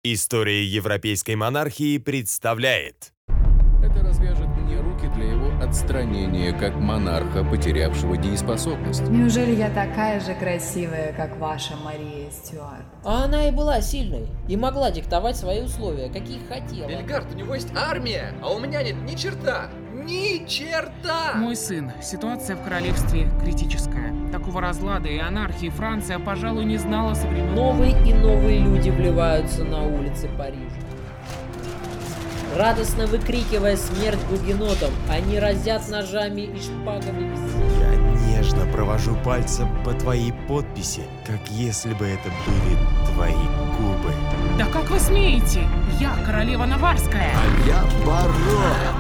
История европейской монархии представляет. Это развяжет мне руки для его отстранения, как монарха, потерявшего дееспособность. Неужели я такая же красивая, как ваша Мария Стюарт? А она и была сильной, и могла диктовать свои условия, какие хотела. Бельгард, у него есть армия, а у меня нет ни черта! Ни черта! Мой сын, ситуация в королевстве критическая. Такого разлада и анархии Франция, пожалуй, не знала со времен... Новые и новые люди вливаются на улицы Парижа. Радостно выкрикивая смерть гугенотам, они разят ножами и шпагами все. Я нежно провожу пальцем по твоей подписи, как если бы это были твои губы. Да как вы смеете? Я королева Наварская! А я барон!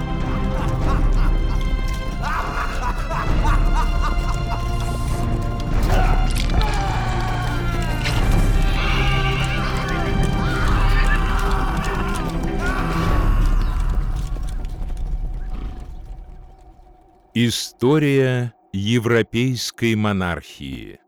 История европейской монархии.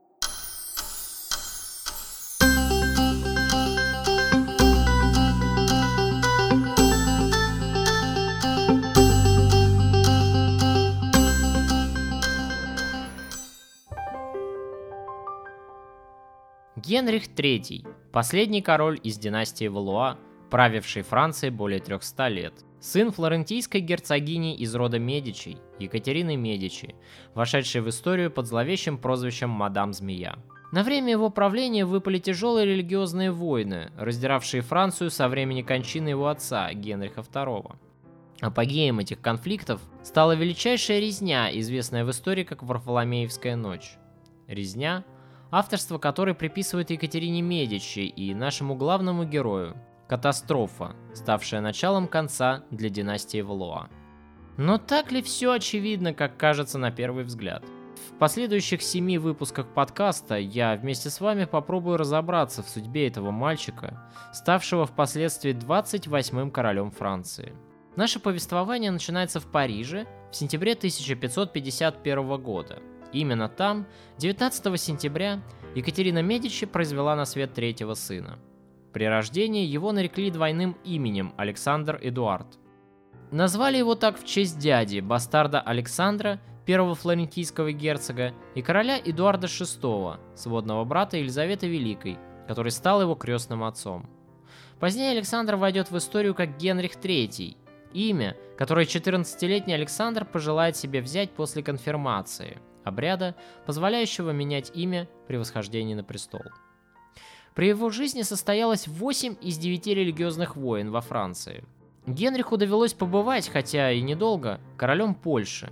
Генрих III – последний король из династии Валуа, правивший Францией более 300 лет. Сын флорентийской герцогини из рода Медичи, Екатерины Медичи, вошедшей в историю под зловещим прозвищем «Мадам Змея». На время его правления выпали тяжелые религиозные войны, раздиравшие Францию со времени кончины его отца, Генриха II. Апогеем этих конфликтов стала величайшая резня, известная в истории как Варфоломеевская ночь. Резня, авторство которой приписывают Екатерине Медичи и нашему главному герою – катастрофа, ставшая началом конца для династии Валуа. Но так ли все очевидно, как кажется на первый взгляд? В последующих 7 выпусках подкаста я вместе с вами попробую разобраться в судьбе этого мальчика, ставшего впоследствии 28-м королем Франции. Наше повествование начинается в Париже в сентябре 1551 года. Именно там, 19 сентября, Екатерина Медичи произвела на свет третьего сына. При рождении его нарекли двойным именем Александр Эдуард. Назвали его так в честь дяди, бастарда Александра, первого флорентийского герцога, и короля Эдуарда VI, сводного брата Елизаветы Великой, который стал его крестным отцом. Позднее Александр войдет в историю как Генрих III, имя, которое 14-летний Александр пожелает себе взять после конфирмации, обряда, позволяющего менять имя при восхождении на престол. При его жизни состоялось 8 из 9 религиозных войн во Франции. Генриху довелось побывать, хотя и недолго, королем Польши.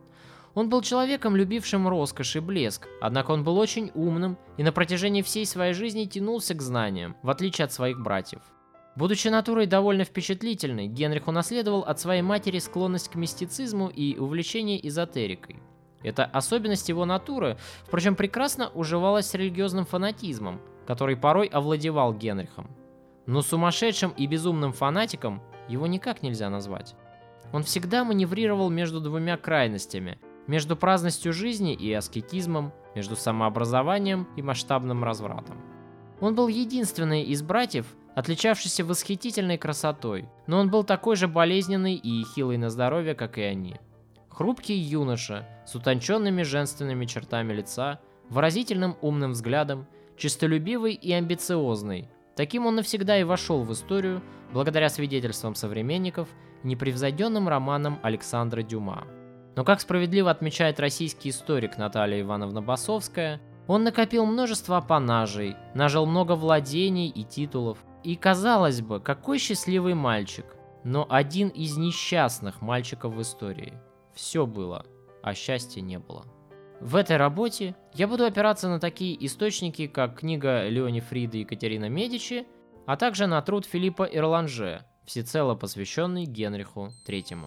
Он был человеком, любившим роскошь и блеск, однако он был очень умным и на протяжении всей своей жизни тянулся к знаниям, в отличие от своих братьев. Будучи натурой довольно впечатлительной, Генрих унаследовал от своей матери склонность к мистицизму и увлечение эзотерикой. Эта особенность его натуры, впрочем, прекрасно уживалась с религиозным фанатизмом, который порой овладевал Генрихом. Но сумасшедшим и безумным фанатиком его никак нельзя назвать. Он всегда маневрировал между двумя крайностями, между праздностью жизни и аскетизмом, между самообразованием и масштабным развратом. Он был единственный из братьев, отличавшийся восхитительной красотой, но он был такой же болезненный и хилый на здоровье, как и они. Хрупкий юноша с утонченными женственными чертами лица, выразительным умным взглядом, честолюбивый и амбициозный. Таким он навсегда и вошел в историю, благодаря свидетельствам современников и непревзойденным романам Александра Дюма. Но, как справедливо отмечает российский историк Наталья Ивановна Басовская, он накопил множество апанажей, нажил много владений и титулов. И, казалось бы, какой счастливый мальчик, но один из несчастных мальчиков в истории. Все было, а счастья не было. В этой работе я буду опираться на такие источники, как книга Леони Фрида «Екатерина Медичи», а также на труд Филиппа Ирланже, всецело посвященный Генриху III.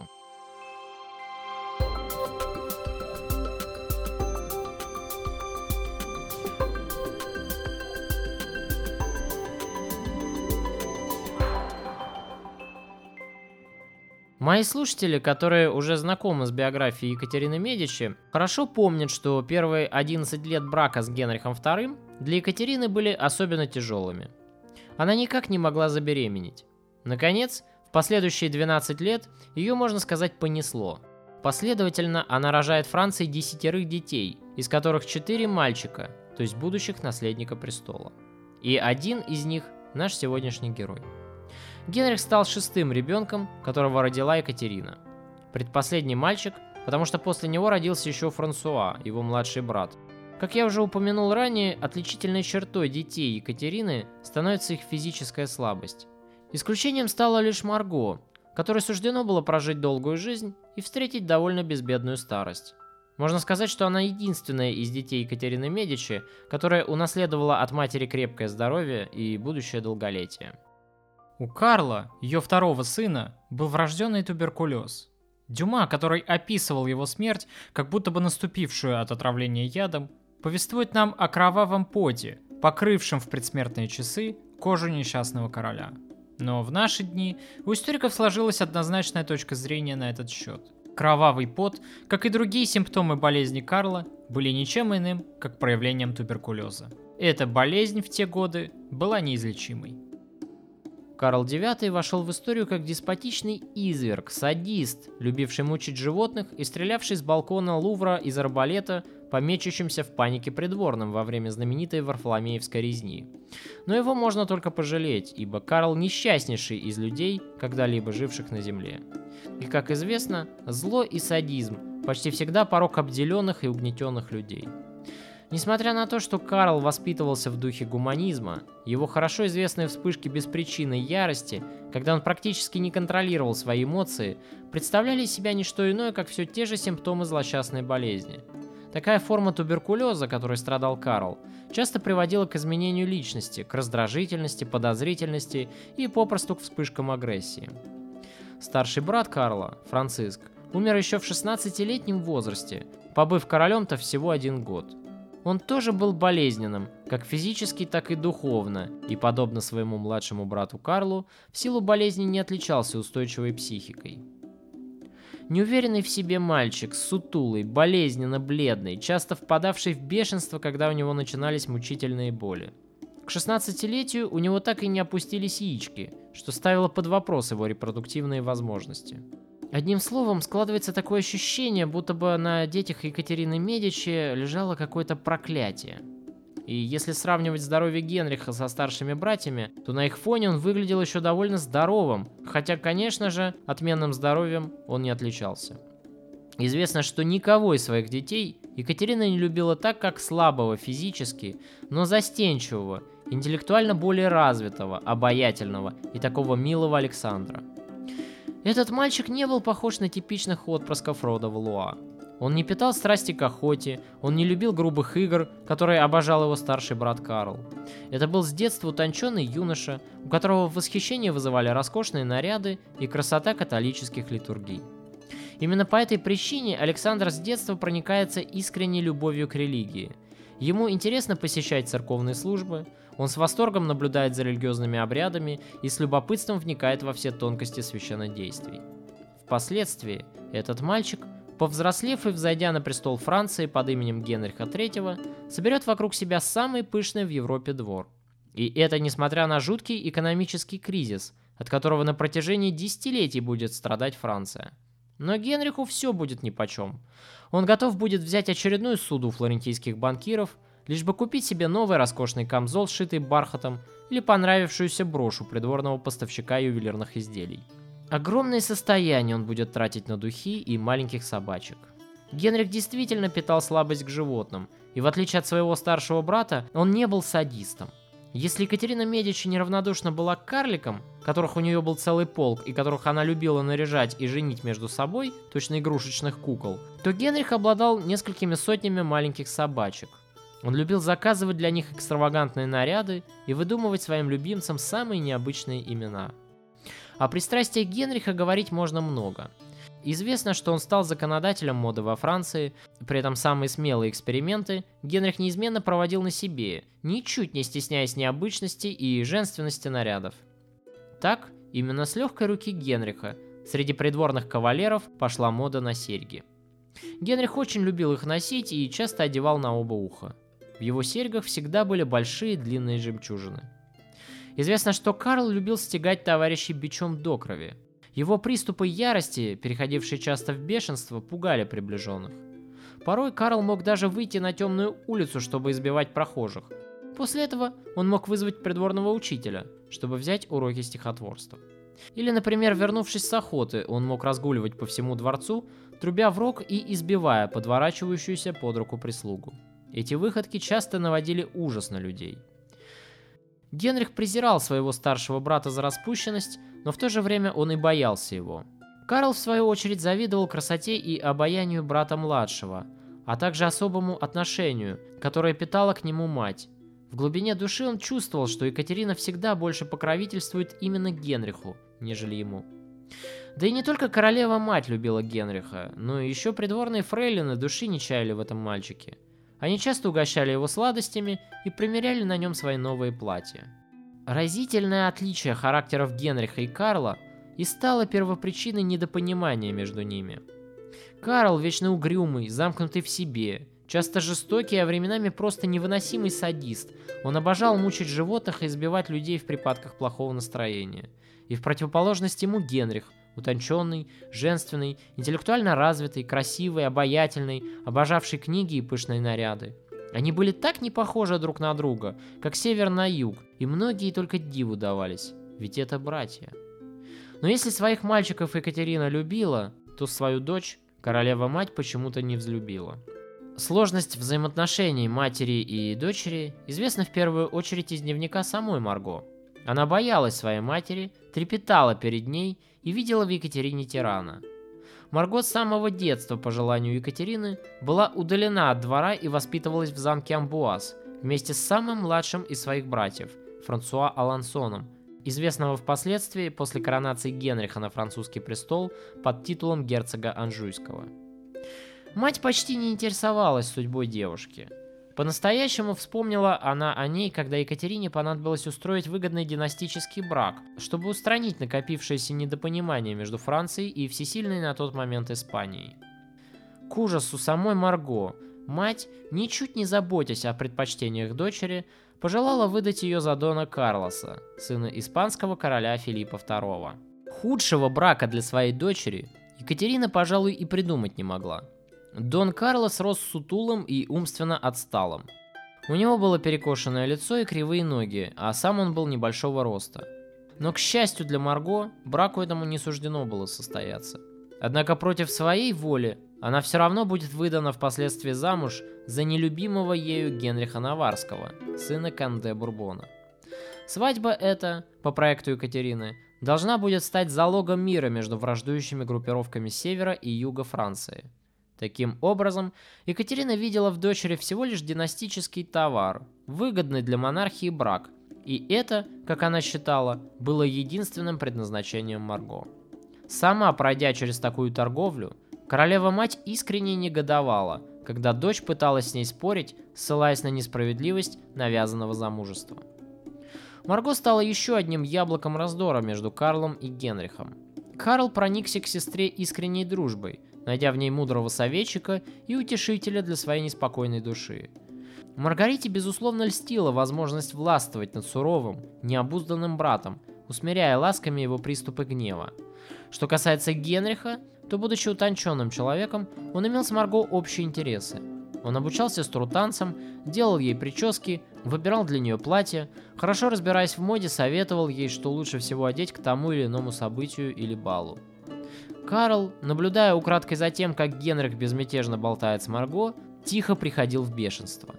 Мои слушатели, которые уже знакомы с биографией Екатерины Медичи, хорошо помнят, что первые 11 лет брака с Генрихом II для Екатерины были особенно тяжелыми. она никак не могла забеременеть. Наконец, в последующие 12 лет ее, можно сказать, понесло. Последовательно она рожает Франции 10 детей, из которых 4 мальчика, то есть будущих наследника престола. И один из них – наш сегодняшний герой. Генрих стал 6-м ребенком, которого родила Екатерина. Предпоследний мальчик, потому что после него родился еще Франсуа, его младший брат. Как я уже упомянул ранее, отличительной чертой детей Екатерины становится их физическая слабость. Исключением стала лишь Марго, которой суждено было прожить долгую жизнь и встретить довольно безбедную старость. Можно сказать, что она единственная из детей Екатерины Медичи, которая унаследовала от матери крепкое здоровье и будущее долголетие. У Карла, ее второго сына, был врожденный туберкулез. Дюма, который описывал его смерть, как будто бы наступившую от отравления ядом, повествует нам о кровавом поте, покрывшем в предсмертные часы кожу несчастного короля. Но в наши дни у историков сложилась однозначная точка зрения на этот счет. Кровавый пот, как и другие симптомы болезни Карла, были ничем иным, как проявлением туберкулеза. Эта болезнь в те годы была неизлечимой. Карл IX вошел в историю как деспотичный изверг, садист, любивший мучить животных и стрелявший с балкона Лувра из арбалета по мечущимся в панике придворным во время знаменитой Варфоломеевской резни. Но его можно только пожалеть, ибо Карл несчастнейший из людей, когда-либо живших на земле. И, как известно, зло и садизм почти всегда порок обделенных и угнетенных людей. Несмотря на то, что Карл воспитывался в духе гуманизма, его хорошо известные вспышки беспричинной ярости, когда он практически не контролировал свои эмоции, представляли из себя не что иное, как все те же симптомы злосчастной болезни. Такая форма туберкулеза, которой страдал Карл, часто приводила к изменению личности, к раздражительности, подозрительности и попросту к вспышкам агрессии. Старший брат Карла, Франциск, умер еще в 16-летнем возрасте, побыв королем-то всего 1 год. Он тоже был болезненным, как физически, так и духовно, и, подобно своему младшему брату Карлу, в силу болезни не отличался устойчивой психикой. Неуверенный в себе мальчик, сутулый, болезненно бледный, часто впадавший в бешенство, когда у него начинались мучительные боли. К 16-летию у него так и не опустились яички, что ставило под вопрос его репродуктивные возможности. Одним словом, складывается такое ощущение, будто бы на детях Екатерины Медичи лежало какое-то проклятие. И если сравнивать здоровье Генриха со старшими братьями, то на их фоне он выглядел еще довольно здоровым, хотя, конечно же, отменным здоровьем он не отличался. Известно, что никого из своих детей Екатерина не любила так, как слабого физически, но застенчивого, интеллектуально более развитого, обаятельного и такого милого Александра. Этот мальчик не был похож на типичных отпрысков рода Валуа. Он не питал страсти к охоте, он не любил грубых игр, которые обожал его старший брат Карл. Это был с детства утонченный юноша, у которого восхищение вызывали роскошные наряды и красота католических литургий. Именно по этой причине Александр с детства проникается искренней любовью к религии. Ему интересно посещать церковные службы, он с восторгом наблюдает за религиозными обрядами и с любопытством вникает во все тонкости священнодействий. Впоследствии этот мальчик, повзрослев и взойдя на престол Франции под именем Генриха III, соберет вокруг себя самый пышный в Европе двор. И это несмотря на жуткий экономический кризис, от которого на протяжении десятилетий будет страдать Франция. Но Генриху все будет нипочем. Он готов будет взять очередную ссуду флорентийских банкиров, лишь бы купить себе новый роскошный камзол, сшитый бархатом, или понравившуюся брошь у придворного поставщика ювелирных изделий. Огромные состояния он будет тратить на духи и маленьких собачек. Генрих действительно питал слабость к животным, и в отличие от своего старшего брата, он не был садистом. Если Екатерина Медичи неравнодушна была к карликам, которых у нее был целый полк и которых она любила наряжать и женить между собой, точно игрушечных кукол, то Генрих обладал несколькими сотнями маленьких собачек. Он любил заказывать для них экстравагантные наряды и выдумывать своим любимцам самые необычные имена. О пристрастиях Генриха говорить можно много. Известно, что он стал законодателем моды во Франции, при этом самые смелые эксперименты Генрих неизменно проводил на себе, ничуть не стесняясь необычности и женственности нарядов. Так, именно с легкой руки Генриха среди придворных кавалеров пошла мода на серьги. Генрих очень любил их носить и часто одевал на оба уха. В его серьгах всегда были большие длинные жемчужины. Известно, что Карл любил стягать товарищей бичом до крови. Его приступы ярости, переходившие часто в бешенство, пугали приближенных. Порой Карл мог даже выйти на темную улицу, чтобы избивать прохожих. После этого он мог вызвать придворного учителя, чтобы взять уроки стихотворства. Или, например, вернувшись с охоты, он мог разгуливать по всему дворцу, трубя в рог и избивая подворачивающуюся под руку прислугу. Эти выходки часто наводили ужас на людей. Генрих презирал своего старшего брата за распущенность, но в то же время он и боялся его. Карл, в свою очередь, завидовал красоте и обаянию брата младшего, а также особому отношению, которое питала к нему мать. В глубине души он чувствовал, что Екатерина всегда больше покровительствует именно Генриху, нежели ему. Да и не только королева-мать любила Генриха, но и еще придворные фрейлины души не чаяли в этом мальчике. Они часто угощали его сладостями и примеряли на нем свои новые платья. Разительное отличие характеров Генриха и Карла и стало первопричиной недопонимания между ними. Карл вечно угрюмый, замкнутый в себе, часто жестокий, а временами просто невыносимый садист. Он обожал мучить животных и избивать людей в припадках плохого настроения. И в противоположность ему Генрих, утонченный, женственный, интеллектуально развитый, красивый, обаятельный, обожавший книги и пышные наряды. Они были так не похожи друг на друга, как север на юг, и многие только диву давались, ведь это братья. Но если своих мальчиков Екатерина любила, то свою дочь королева-мать почему-то не взлюбила. Сложность взаимоотношений матери и дочери известна в первую очередь из дневника самой Марго. Она боялась своей матери, трепетала перед ней и видела в Екатерине тирана. Марго с самого детства, по желанию Екатерины, была удалена от двора и воспитывалась в замке Амбуаз вместе с самым младшим из своих братьев, Франсуа Алансоном, известного впоследствии после коронации Генриха на французский престол под титулом герцога Анжуйского. Мать почти не интересовалась судьбой девушки. По-настоящему вспомнила она о ней, когда Екатерине понадобилось устроить выгодный династический брак, чтобы устранить накопившееся недопонимание между Францией и всесильной на тот момент Испанией. К ужасу самой Марго, мать, ничуть не заботясь о предпочтениях дочери, пожелала выдать ее за Дона Карлоса, сына испанского короля Филиппа II. Худшего брака для своей дочери Екатерина, пожалуй, и придумать не могла. Дон Карлос рос сутулым и умственно отсталым. У него было перекошенное лицо и кривые ноги, а сам он был небольшого роста. Но, к счастью для Марго, браку этому не суждено было состояться. Однако против своей воли она все равно будет выдана впоследствии замуж за нелюбимого ею Генриха Наварского, сына Канде Бурбона. Свадьба эта, по проекту Екатерины, должна будет стать залогом мира между враждующими группировками севера и юга Франции. Таким образом, Екатерина видела в дочери всего лишь династический товар, выгодный для монархии брак, и это, как она считала, было единственным предназначением Марго. Сама пройдя через такую торговлю, королева-мать искренне негодовала, когда дочь пыталась с ней спорить, ссылаясь на несправедливость навязанного замужества. Марго стала еще одним яблоком раздора между Карлом и Генрихом. Карл проникся к сестре искренней дружбой, найдя в ней мудрого советчика и утешителя для своей неспокойной души. Маргарите, безусловно, льстила возможность властвовать над суровым, необузданным братом, усмиряя ласками его приступы гнева. Что касается Генриха, то, будучи утонченным человеком, он имел с Марго общие интересы. Он обучал сестру танцам, делал ей прически, выбирал для нее платья, хорошо разбираясь в моде, советовал ей, что лучше всего одеть к тому или иному событию или балу. Карл, наблюдая украдкой за тем, как Генрих безмятежно болтает с Марго, тихо приходил в бешенство.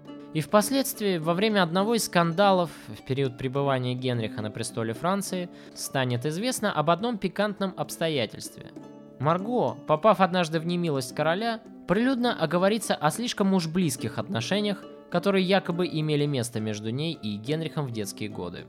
И впоследствии, во время одного из скандалов в период пребывания Генриха на престоле Франции, станет известно об одном пикантном обстоятельстве. Марго, попав однажды в немилость короля, прилюдно оговорится о слишком уж близких отношениях, которые якобы имели место между ней и Генрихом в детские годы.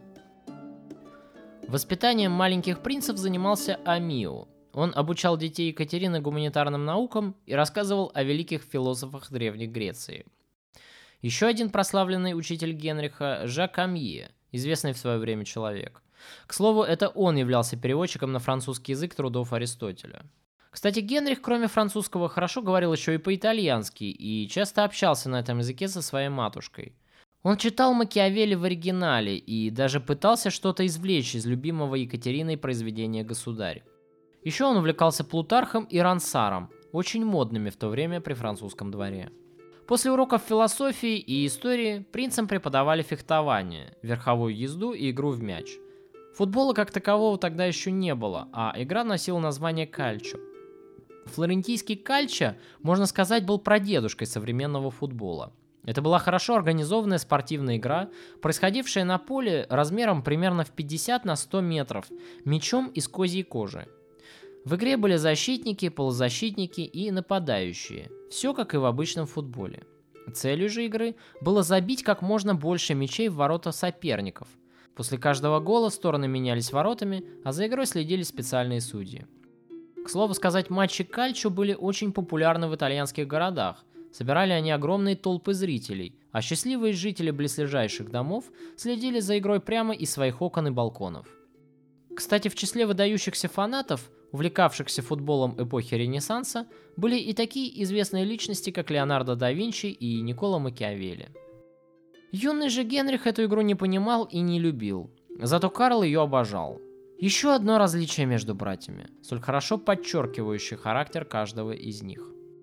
Воспитанием маленьких принцев занимался Амио. Он обучал детей Екатерины гуманитарным наукам и рассказывал о великих философах Древней Греции. Еще один прославленный учитель Генриха – Жак Амье, известный в свое время человек. К слову, это он являлся переводчиком на французский язык трудов Аристотеля. Кстати, Генрих, кроме французского, хорошо говорил еще и по-итальянски и часто общался на этом языке со своей матушкой. Он читал Макиавелли в оригинале и даже пытался что-то извлечь из любимого Екатериной произведения «Государь». Еще он увлекался Плутархом и Рансаром, очень модными в то время при французском дворе. После уроков философии и истории принцам преподавали фехтование, верховую езду и игру в мяч. Футбола как такового тогда еще не было, а игра носила название кальчо. Флорентийский кальчо, можно сказать, был прадедушкой современного футбола. Это была хорошо организованная спортивная игра, происходившая на поле размером примерно в 50 на 100 метров, мячом из козьей кожи. В игре были защитники, полузащитники и нападающие. Все как и в обычном футболе. Целью же игры было забить как можно больше мячей в ворота соперников. После каждого гола стороны менялись воротами, а за игрой следили специальные судьи. К слову сказать, матчи кальчо были очень популярны в итальянских городах. Собирали они огромные толпы зрителей, а счастливые жители близлежащих домов следили за игрой прямо из своих окон и балконов. Кстати, в числе выдающихся фанатов, увлекавшихся футболом эпохи Ренессанса, были и такие известные личности, как Леонардо да Винчи и Никколо Макиавелли. Юный же Генрих эту игру не понимал и не любил, зато Карл ее обожал. Еще одно различие между братьями, столь хорошо подчеркивающее характер каждого из них.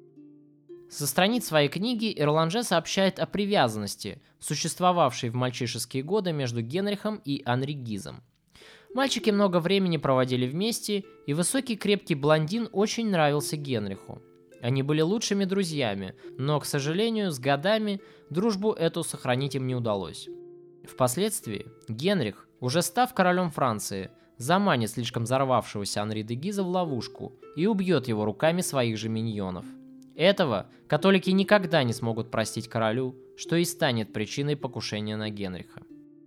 Со страниц своей книги Эрланже сообщает о привязанности, существовавшей в мальчишеские годы между Генрихом и Анри Гизом. Мальчики много времени проводили вместе, и высокий крепкий блондин очень нравился Генриху. Они были лучшими друзьями, но, к сожалению, с годами дружбу эту сохранить им не удалось. Впоследствии Генрих, уже став королем Франции, заманит слишком взорвавшегося Анри де Гиза в ловушку и убьет его руками своих же миньонов. Этого католики никогда не смогут простить королю, что и станет причиной покушения на Генриха.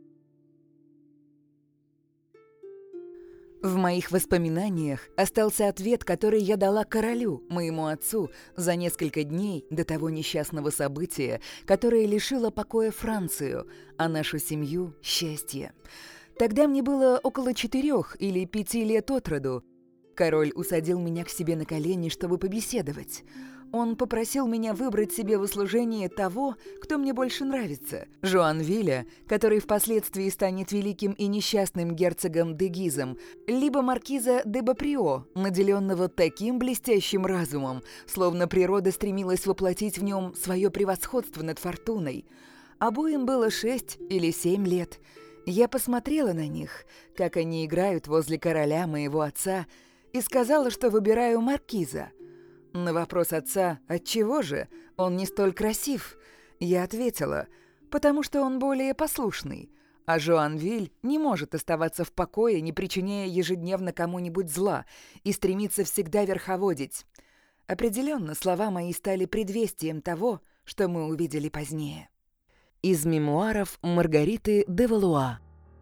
В моих воспоминаниях остался ответ, который я дала королю, моему отцу, за несколько дней до того несчастного события, которое лишило покоя Францию, а нашу семью – счастья. Тогда мне было около 4 или 5 лет от роду. Король усадил меня к себе на колени, чтобы побеседовать. Он попросил меня выбрать себе в услужение того, кто мне больше нравится – Жуанвиля, который впоследствии станет великим и несчастным герцогом де Гизом, либо маркиза де Баприо, наделенного таким блестящим разумом, словно природа стремилась воплотить в нем свое превосходство над фортуной. Обоим было 6 или 7 лет. Я посмотрела на них, как они играют возле короля моего отца, и сказала, что выбираю маркиза. На вопрос отца «Отчего же? Он не столь красив?» я ответила «Потому что он более послушный, а Жуанвиль не может оставаться в покое, не причиняя ежедневно кому-нибудь зла, и стремится всегда верховодить». Определенно, слова мои стали предвестием того, что мы увидели позднее. Из мемуаров Маргариты де Валуа.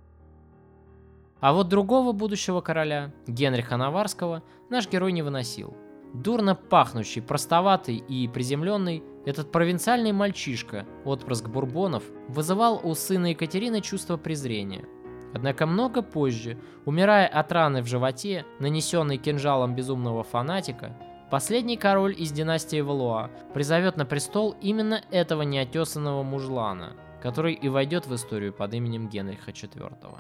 А вот другого будущего короля, Генриха Наварского, наш герой не выносил. Дурно пахнущий, простоватый и приземленный, этот провинциальный мальчишка, отпрыск бурбонов, вызывал у сына Екатерины чувство презрения. Однако много позже, умирая от раны в животе, нанесенной кинжалом безумного фанатика, последний король из династии Валуа призовет на престол именно этого неотесанного мужлана, который и войдет в историю под именем Генриха IV.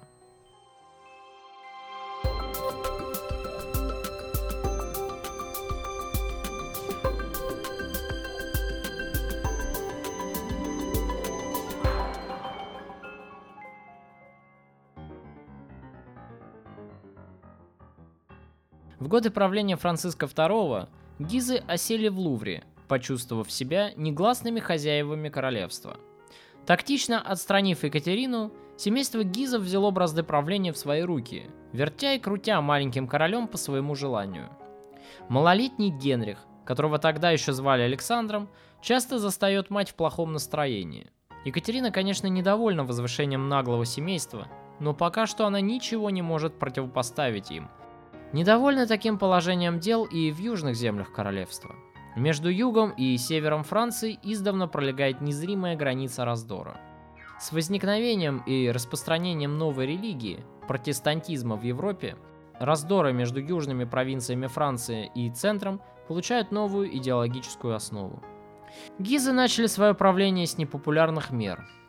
В годы правления Франциска II Гизы осели в Лувре, почувствовав себя негласными хозяевами королевства. Тактично отстранив Екатерину, семейство Гизов взяло бразды правления в свои руки, вертя и крутя маленьким королем по своему желанию. Малолетний Генрих, которого тогда еще звали Александром, часто застает мать в плохом настроении. Екатерина, конечно, недовольна возвышением наглого семейства, но пока что она ничего не может противопоставить им. Недовольны таким положением дел и в южных землях королевства. Между югом и севером Франции издавна пролегает незримая граница раздора. С возникновением и распространением новой религии, протестантизма в Европе, раздоры между южными провинциями Франции и центром получают новую идеологическую основу. Гизы начали свое правление с непопулярных мер.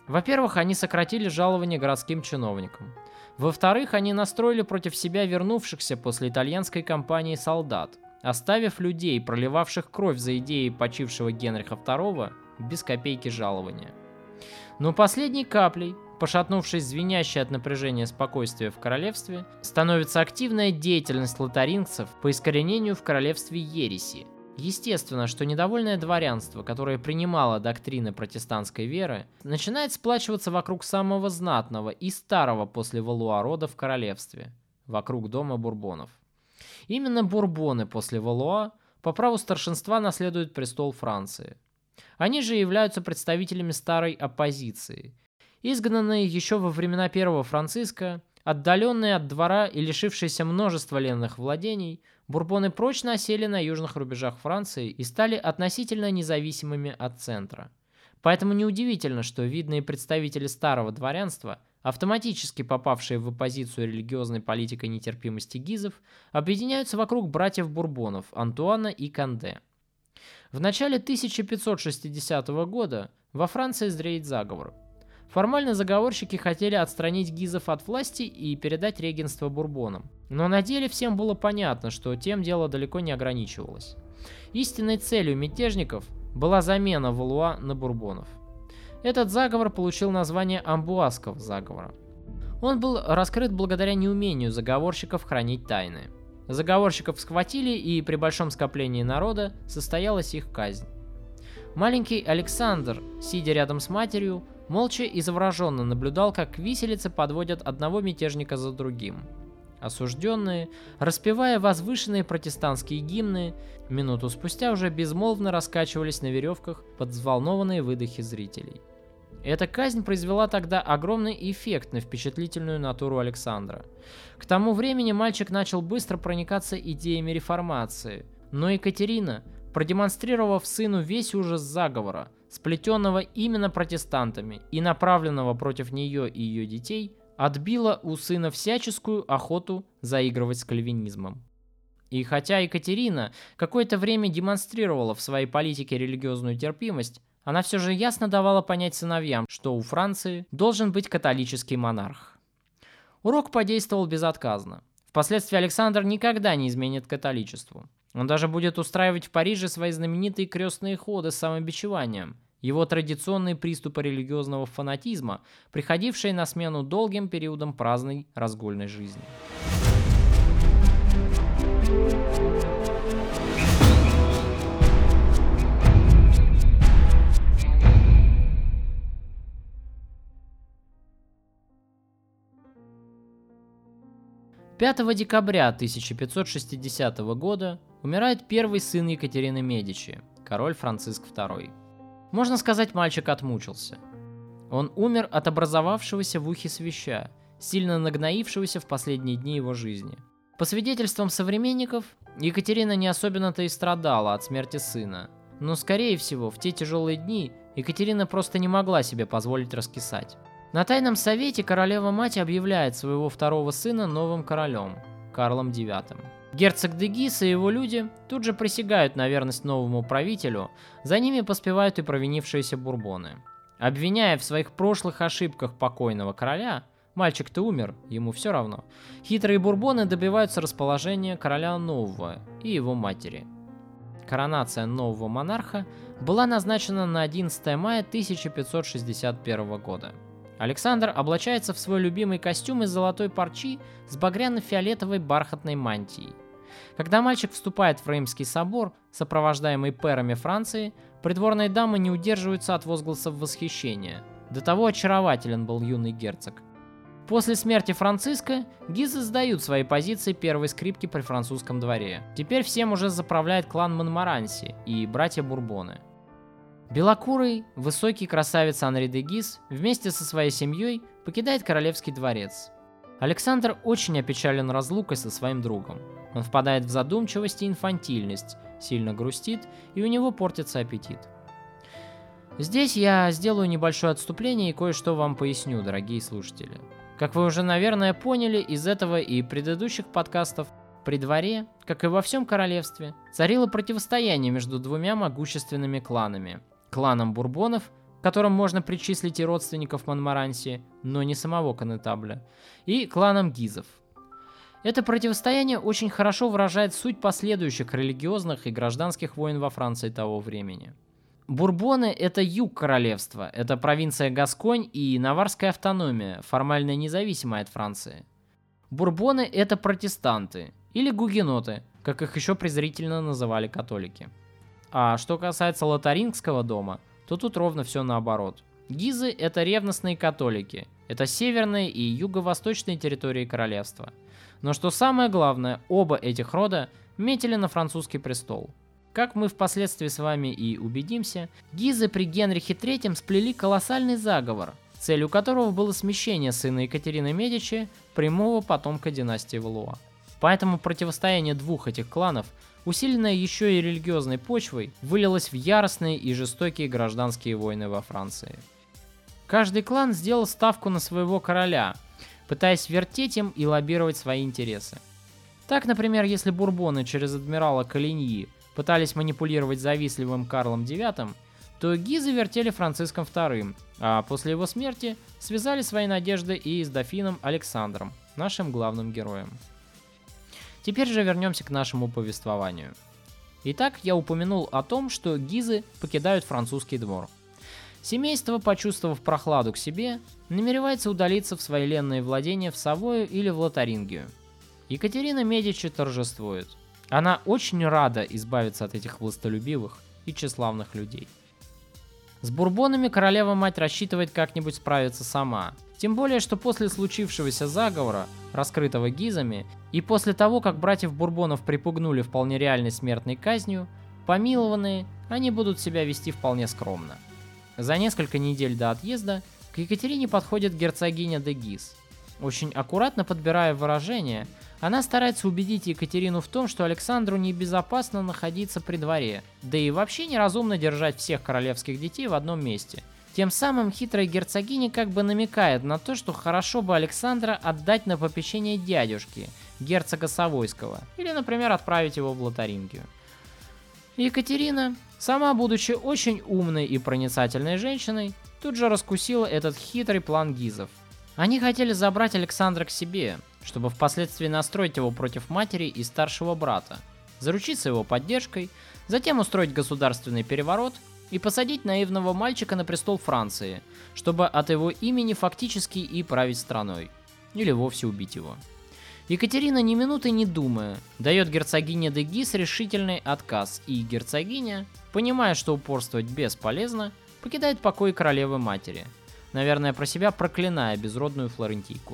Во-первых, они сократили жалования городским чиновникам. Во-вторых, они настроили против себя вернувшихся после итальянской кампании солдат, оставив людей, проливавших кровь за идеи почившего Генриха II, без копейки жалования. Но последней каплей, пошатнувшись звенящее от напряжения спокойствие в королевстве, становится активная деятельность лотарингцев по искоренению в королевстве ереси. Естественно, что недовольное дворянство, которое принимало доктрины протестантской веры, начинает сплачиваться вокруг самого знатного и старого после Валуа рода в королевстве, вокруг дома Бурбонов. Именно Бурбоны после Валуа по праву старшинства наследуют престол Франции. Они же являются представителями старой оппозиции, изгнанные еще во времена первого Франциска, отдаленные от двора и лишившиеся множества ленных владений, Бурбоны прочно осели на южных рубежах Франции и стали относительно независимыми от центра. Поэтому неудивительно, что видные представители старого дворянства, автоматически попавшие в оппозицию религиозной политикой нетерпимости гизов, объединяются вокруг братьев Бурбонов Антуана и Канде. В начале 1560 года во Франции зреет заговор. Формально заговорщики хотели отстранить гизов от власти и передать регенство Бурбонам. Но на деле всем было понятно, что тем дело далеко не ограничивалось. Истинной целью мятежников была замена Валуа на Бурбонов. Этот заговор получил название Амбуазского заговора. Он был раскрыт благодаря неумению заговорщиков хранить тайны. Заговорщиков схватили, и при большом скоплении народа состоялась их казнь. Маленький Александр, сидя рядом с матерью, молча и завороженно наблюдал, как к виселице подводят одного мятежника за другим. Осужденные, распевая возвышенные протестантские гимны, минуту спустя уже безмолвно раскачивались на веревках под взволнованные выдохи зрителей. Эта казнь произвела тогда огромный эффект на впечатлительную натуру Александра. К тому времени мальчик начал быстро проникаться идеями реформации, но Екатерина, продемонстрировав сыну весь ужас заговора, сплетенного именно протестантами и направленного против нее и ее детей, отбила у сына всяческую охоту заигрывать с кальвинизмом. И хотя Екатерина какое-то время демонстрировала в своей политике религиозную терпимость, она все же ясно давала понять сыновьям, что у Франции должен быть католический монарх. Урок подействовал безотказно. Впоследствии Александр никогда не изменит католичеству. Он даже будет устраивать в Париже свои знаменитые крестные ходы с самобичеванием, его традиционные приступы религиозного фанатизма, приходившие на смену долгим периодам праздной разгульной жизни. «5 декабря 1560 года умирает первый сын Екатерины Медичи, король Франциск II. Можно сказать, мальчик отмучился. Он умер от образовавшегося в ухе свища, сильно нагноившегося в последние дни его жизни. По свидетельствам современников, Екатерина не особенно-то и страдала от смерти сына, но, скорее всего, в те тяжелые дни Екатерина просто не могла себе позволить раскисать. На тайном совете королева-мать объявляет своего второго сына новым королем, Карлом IX. Герцог де Гис и его люди тут же присягают на верность новому правителю, за ними поспевают и провинившиеся бурбоны. Обвиняя в своих прошлых ошибках покойного короля, мальчик-то умер, ему все равно, хитрые бурбоны добиваются расположения короля нового и его матери. Коронация нового монарха была назначена на 11 мая 1561 года. Александр облачается в свой любимый костюм из золотой парчи с багряно-фиолетовой бархатной мантией. Когда мальчик вступает в Реймский собор, сопровождаемый пэрами Франции, придворные дамы не удерживаются от возгласов восхищения. До того очарователен был юный герцог. После смерти Франциска гизы сдают свои позиции первой скрипки при французском дворе. Теперь всем уже заправляет клан Монморанси и братья Бурбоны. Белокурый, высокий красавец Анри де Гис вместе со своей семьей покидает королевский дворец. Александр очень опечален разлукой со своим другом. Он впадает в задумчивость и инфантильность, сильно грустит, и у него портится аппетит. Здесь я сделаю небольшое отступление и кое-что вам поясню, дорогие слушатели. Как вы уже, наверное, поняли из этого и предыдущих подкастов, при дворе, как и во всем королевстве, царило противостояние между двумя могущественными кланами – кланом Бурбонов, которым можно причислить и родственников Монмаранси, но не самого коннетабля, и кланом Гизов. Это противостояние очень хорошо выражает суть последующих религиозных и гражданских войн во Франции того времени. Бурбоны – это юг королевства, это провинция Гасконь и Наварская автономия, формально независимая от Франции. Бурбоны – это протестанты, или гугеноты, как их еще презрительно называли католики. А что касается Лотарингского дома, то тут ровно все наоборот. Гизы – это ревностные католики, это северные и юго-восточные территории королевства. Но что самое главное, оба этих рода метили на французский престол. Как мы впоследствии с вами и убедимся, Гизы при Генрихе III сплели колоссальный заговор, целью которого было смещение сына Екатерины Медичи, прямого потомка династии Валуа. Поэтому противостояние двух этих кланов, усиленное еще и религиозной почвой, вылилось в яростные и жестокие гражданские войны во Франции. Каждый клан сделал ставку на своего короля, пытаясь вертеть им и лоббировать свои интересы. Так, например, если бурбоны через адмирала Калиньи пытались манипулировать завистливым Карлом IX, то Гизы вертели Франциском II, а после его смерти связали свои надежды и с дофином Александром, нашим главным героем. Теперь же вернемся к нашему повествованию. Итак, я упомянул о том, что Гизы покидают французский двор. Семейство, почувствовав прохладу к себе, намеревается удалиться в свои ленные владения в Савою или в Лотарингию. Екатерина Медичи торжествует. Она очень рада избавиться от этих властолюбивых и тщеславных людей. С бурбонами королева-мать рассчитывает как-нибудь справиться сама. Тем более, что после случившегося заговора, раскрытого Гизами, и после того, как братьев Бурбонов припугнули вполне реальной смертной казнью, помилованные, они будут себя вести вполне скромно. За несколько недель до отъезда к Екатерине подходит герцогиня де Гиз. Очень аккуратно подбирая выражения, она старается убедить Екатерину в том, что Александру небезопасно находиться при дворе, да и вообще неразумно держать всех королевских детей в одном месте. Тем самым хитрая герцогиня как бы намекает на то, что хорошо бы Александра отдать на попечение дядюшки, герцога Савойского, или, например, отправить его в Лотарингию. Екатерина, сама будучи очень умной и проницательной женщиной, тут же раскусила этот хитрый план Гизов. Они хотели забрать Александра к себе, чтобы впоследствии настроить его против матери и старшего брата, заручиться его поддержкой, затем устроить государственный переворот и посадить наивного мальчика на престол Франции, чтобы от его имени фактически и править страной, или вовсе убить его. Екатерина, ни минуты не думая, дает герцогине де Гиз решительный отказ, и герцогиня, понимая, что упорствовать бесполезно, покидает покой королевы-матери, наверное, про себя проклиная безродную флорентийку.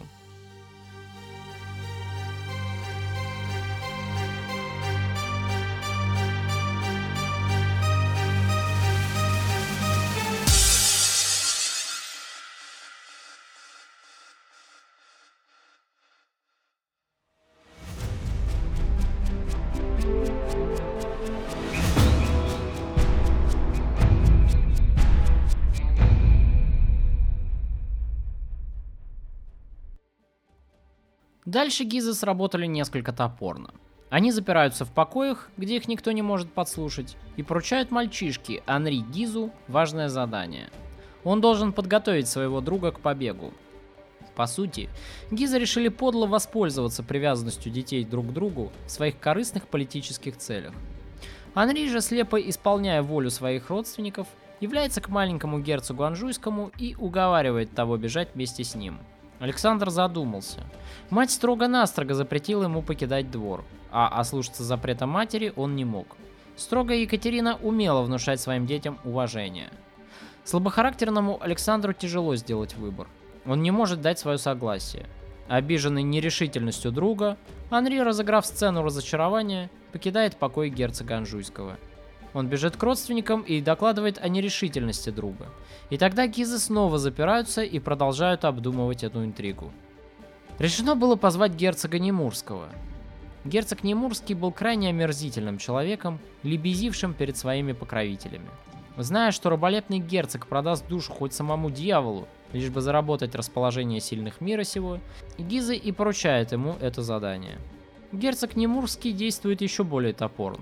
Дальше Гизы сработали несколько топорно. Они запираются в покоях, где их никто не может подслушать, и поручают мальчишке Анри Гизу важное задание. Он должен подготовить своего друга к побегу. По сути, Гизы решили подло воспользоваться привязанностью детей друг к другу в своих корыстных политических целях. Анри же, слепо исполняя волю своих родственников, является к маленькому герцогу Анжуйскому и уговаривает того бежать вместе с ним. Александр задумался. Мать строго-настрого запретила ему покидать двор, а ослушаться запрета матери он не мог. Строгая Екатерина умела внушать своим детям уважение. Слабохарактерному Александру тяжело сделать выбор. Он не может дать свое согласие. Обиженный нерешительностью друга, Анри, разыграв сцену разочарования, покидает покой герцога Анжуйского. Он бежит к родственникам и докладывает о нерешительности друга. И тогда Гизы снова запираются и продолжают обдумывать эту интригу. Решено было позвать герцога Немурского. Герцог Немурский был крайне омерзительным человеком, лебезившим перед своими покровителями. Зная, что раболепный герцог продаст душу хоть самому дьяволу, лишь бы заработать расположение сильных мира сего, Гизы и поручают ему это задание. Герцог Немурский действует еще более топорно.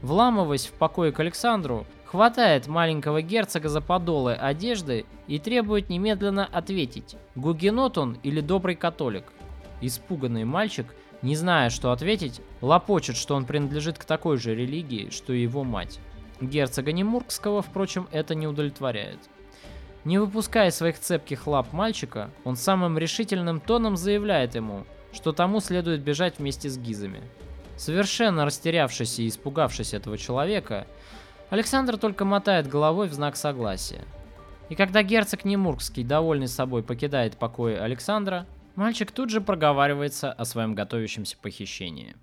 Вламываясь в покой к Александру, хватает маленького герцога за подолы одежды и требует немедленно ответить, гугенот он или добрый католик. Испуганный мальчик, не зная, что ответить, лопочет, что он принадлежит к такой же религии, что и его мать. Герцога Немургского, впрочем, это не удовлетворяет. Не выпуская своих цепких лап мальчика, он самым решительным тоном заявляет ему, что тому следует бежать вместе с гизами. Совершенно растерявшись и испугавшись этого человека, Александр только мотает головой в знак согласия. И когда герцог Немургский, довольный собой, покидает покои Александра, мальчик тут же проговаривается о своем готовящемся похищении.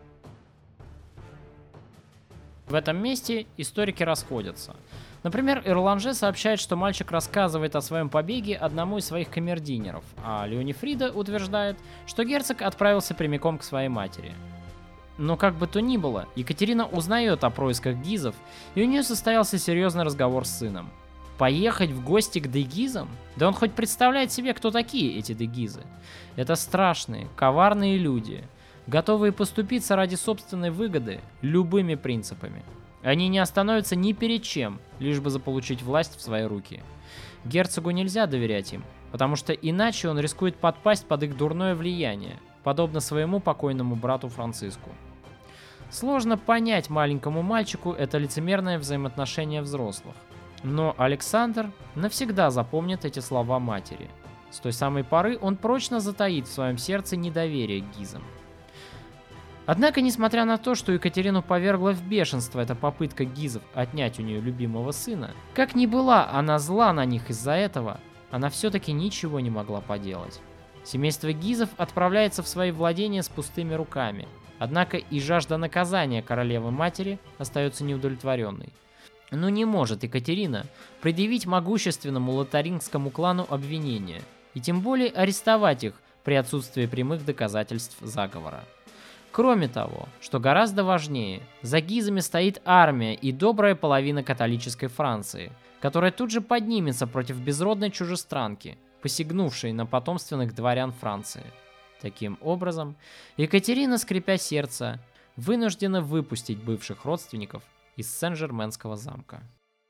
В этом месте историки расходятся. Например, Ирланже сообщает, что мальчик рассказывает о своем побеге одному из своих камердинеров, а Леонифрида утверждает, что герцог отправился прямиком к своей матери. Но как бы то ни было, Екатерина узнает о происках гизов, и у нее состоялся серьезный разговор с сыном. Поехать в гости к дегизам? Да он хоть представляет себе, кто такие эти дегизы. Это страшные, коварные люди, готовые поступиться ради собственной выгоды любыми принципами. Они не остановятся ни перед чем, лишь бы заполучить власть в свои руки. Герцогу нельзя доверять им, потому что иначе он рискует подпасть под их дурное влияние, подобно своему покойному брату Франциску. Сложно понять маленькому мальчику это лицемерное взаимоотношение взрослых. Но Александр навсегда запомнит эти слова матери. С той самой поры он прочно затаит в своем сердце недоверие к гизам. Однако, несмотря на то, что Екатерину повергла в бешенство эта попытка гизов отнять у нее любимого сына, как ни была она зла на них из-за этого, она все-таки ничего не могла поделать. Семейство гизов отправляется в свои владения с пустыми руками, однако и жажда наказания королевы-матери остается неудовлетворенной. Но не может Екатерина предъявить могущественному лотарингскому клану обвинения, и тем более арестовать их при отсутствии прямых доказательств заговора. Кроме того, что гораздо важнее, за гизами стоит армия и добрая половина католической Франции, которая тут же поднимется против безродной чужестранки, посягнувшей на потомственных дворян Франции. Таким образом, Екатерина, скрипя сердце, вынуждена выпустить бывших родственников из Сен-Жерменского замка.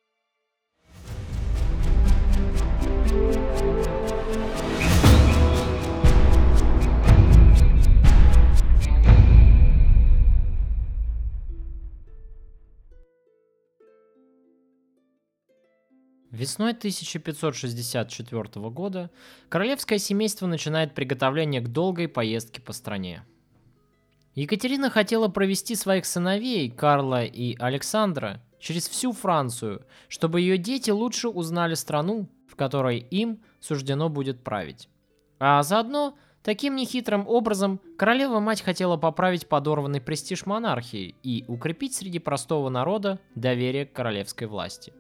Весной 1564 года королевское семейство начинает приготовление к долгой поездке по стране. Екатерина хотела провести своих сыновей, Карла и Александра, через всю Францию, чтобы ее дети лучше узнали страну, в которой им суждено будет править. А заодно, таким нехитрым образом, королева-мать хотела поправить подорванный престиж монархии и укрепить среди простого народа доверие к королевской власти.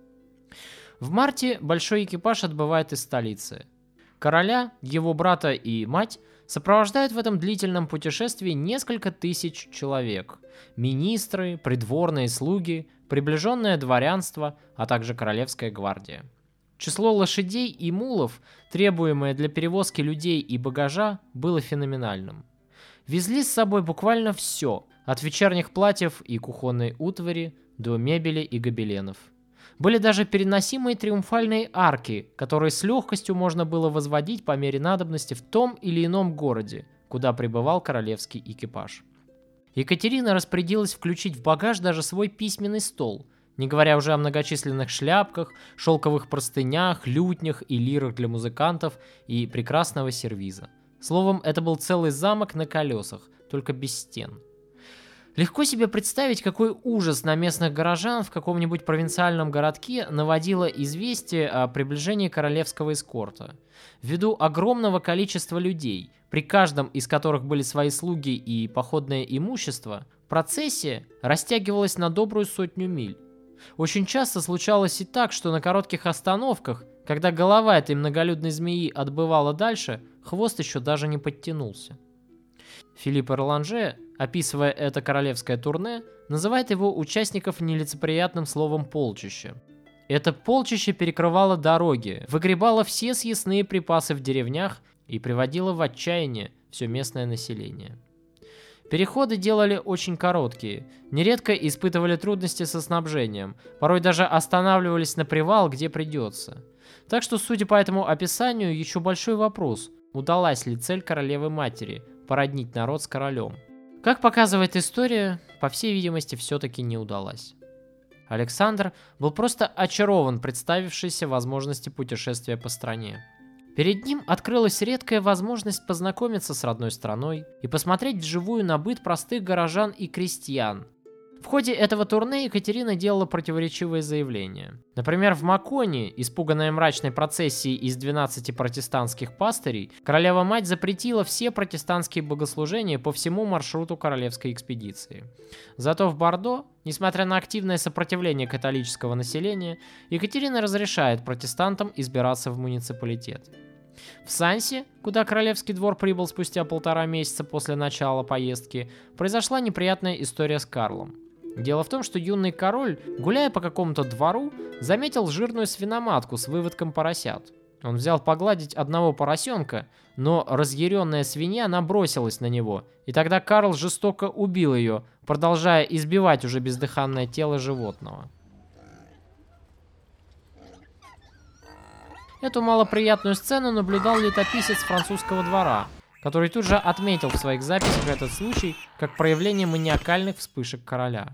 В марте большой экипаж отбывает из столицы. Короля, его брата и мать сопровождают в этом длительном путешествии несколько тысяч человек. Министры, придворные слуги, приближенное дворянство, а также королевская гвардия. Число лошадей и мулов, требуемое для перевозки людей и багажа, было феноменальным. Везли с собой буквально все, от вечерних платьев и кухонной утвари до мебели и гобеленов. Были даже переносимые триумфальные арки, которые с легкостью можно было возводить по мере надобности в том или ином городе, куда прибывал королевский экипаж. Екатерина распорядилась включить в багаж даже свой письменный стол, не говоря уже о многочисленных шляпках, шелковых простынях, лютнях и лирах для музыкантов и прекрасного сервиза. Словом, это был целый замок на колесах, только без стен. Легко себе представить, какой ужас на местных горожан в каком-нибудь провинциальном городке наводило известие о приближении королевского эскорта. Ввиду огромного количества людей, при каждом из которых были свои слуги и походное имущество, процессия растягивалась на добрую 100 миль. Очень часто случалось и так, что на коротких остановках, когда голова этой многолюдной змеи отбывала дальше, хвост еще даже не подтянулся. Филипп Ирланже, описывая это королевское турне, называет его участников нелицеприятным словом «полчище». Это полчище перекрывало дороги, выгребало все съестные припасы в деревнях и приводило в отчаяние все местное население. Переходы делали очень короткие, нередко испытывали трудности со снабжением, порой даже останавливались на привал, где придется. Так что, судя по этому описанию, еще большой вопрос, удалась ли цель королевы-матери – породнить народ с королем. Как показывает история, по всей видимости, все-таки не удалась. Александр был просто очарован представившейся возможности путешествия по стране. Перед ним открылась редкая возможность познакомиться с родной страной и посмотреть вживую на быт простых горожан и крестьян. В ходе этого турне Екатерина делала противоречивые заявления. Например, в Маконе, испуганная мрачной процессией из 12 протестантских пастырей, королева-мать запретила все протестантские богослужения по всему маршруту королевской экспедиции. Зато в Бордо, несмотря на активное сопротивление католического населения, Екатерина разрешает протестантам избираться в муниципалитет. В Сансе, куда королевский двор прибыл спустя 1,5 месяца после начала поездки, произошла неприятная история с Карлом. Дело в том, что юный король, гуляя по какому-то двору, заметил жирную свиноматку с выводком поросят. Он взял погладить одного поросенка, но разъяренная свинья набросилась на него, и тогда Карл жестоко убил ее, продолжая избивать уже бездыханное тело животного. Эту малоприятную сцену наблюдал летописец французского двора, который тут же отметил в своих записях этот случай как проявление маниакальных вспышек короля.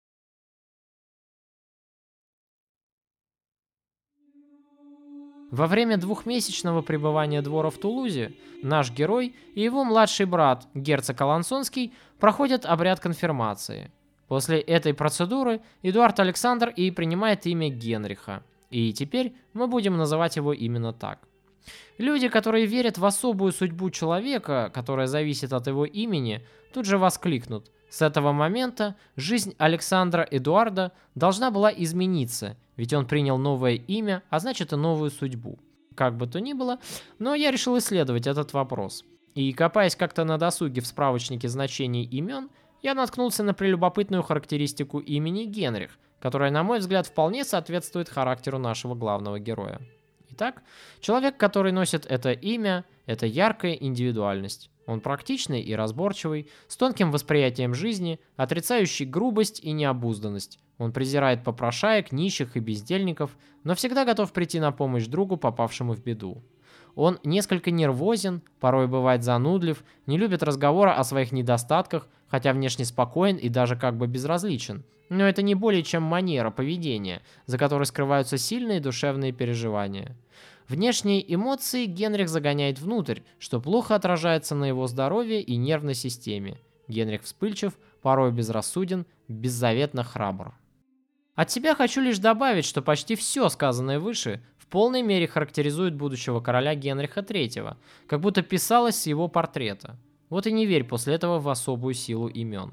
Во время 2-месячного пребывания двора в Тулузе наш герой и его младший брат, герцог Алансонский, проходят обряд конфирмации. После этой процедуры Эдуард Александр и принимает имя Генриха. И теперь мы будем называть его именно так. Люди, которые верят в особую судьбу человека, которая зависит от его имени, тут же воскликнут: с этого момента жизнь Александра Эдуарда должна была измениться, ведь он принял новое имя, а значит и новую судьбу. Как бы то ни было, но я решил исследовать этот вопрос. И копаясь как-то на досуге в справочнике значений имен, я наткнулся на прелюбопытную характеристику имени Генрих, которая, на мой взгляд, вполне соответствует характеру нашего главного героя. Итак, человек, который носит это имя, это яркая индивидуальность. Он практичный и разборчивый, с тонким восприятием жизни, отрицающий грубость и необузданность. Он презирает попрошаек, нищих и бездельников, но всегда готов прийти на помощь другу, попавшему в беду. Он несколько нервозен, порой бывает занудлив, не любит разговора о своих недостатках, хотя внешне спокоен и даже как бы безразличен. Но это не более чем манера поведения, за которой скрываются сильные душевные переживания. Внешние эмоции Генрих загоняет внутрь, что плохо отражается на его здоровье и нервной системе. Генрих вспыльчив, порой безрассуден, беззаветно храбр. От себя хочу лишь добавить, что почти все сказанное выше в полной мере характеризует будущего короля Генриха III, как будто писалось с его портрета. Вот и не верь после этого в особую силу имен.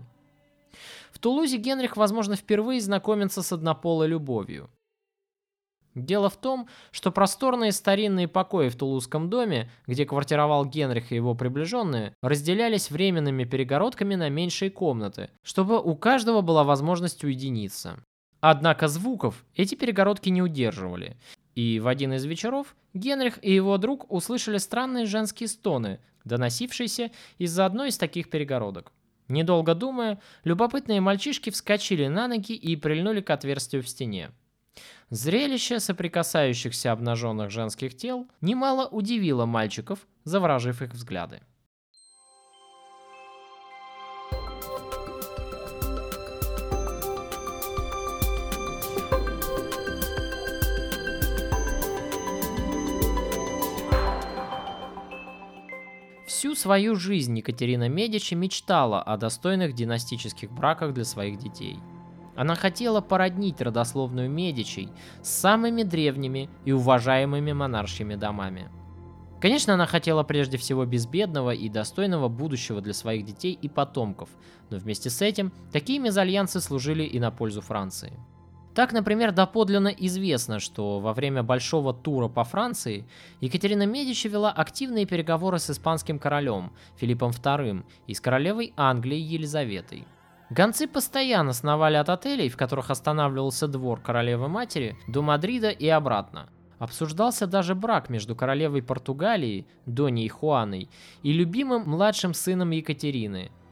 В Тулузе Генрих, возможно, впервые знакомится с однополой любовью. Дело в том, что просторные старинные покои в Тулузском доме, где квартировал Генрих и его приближенные, разделялись временными перегородками на меньшие комнаты, чтобы у каждого была возможность уединиться. Однако звуков эти перегородки не удерживали, и в один из вечеров Генрих и его друг услышали странные женские стоны, доносившиеся из-за одной из таких перегородок. Недолго думая, любопытные мальчишки вскочили на ноги и прильнули к отверстию в стене. Зрелище соприкасающихся обнаженных женских тел немало удивило мальчиков, заворожив их взгляды. Всю свою жизнь Екатерина Медичи мечтала о достойных династических браках для своих детей. Она хотела породнить родословную Медичей с самыми древними и уважаемыми монаршими домами. Конечно, она хотела прежде всего безбедного и достойного будущего для своих детей и потомков, но вместе с этим такие мезальянсы служили и на пользу Франции. Так, например, доподлинно известно, что во время большого тура по Франции Екатерина Медичи вела активные переговоры с испанским королем Филиппом II и с королевой Англии Елизаветой. Гонцы постоянно сновали от отелей, в которых останавливался двор королевы-матери, до Мадрида и обратно. Обсуждался даже брак между королевой Португалии, Доней Хуаной, и любимым младшим сыном Екатерины,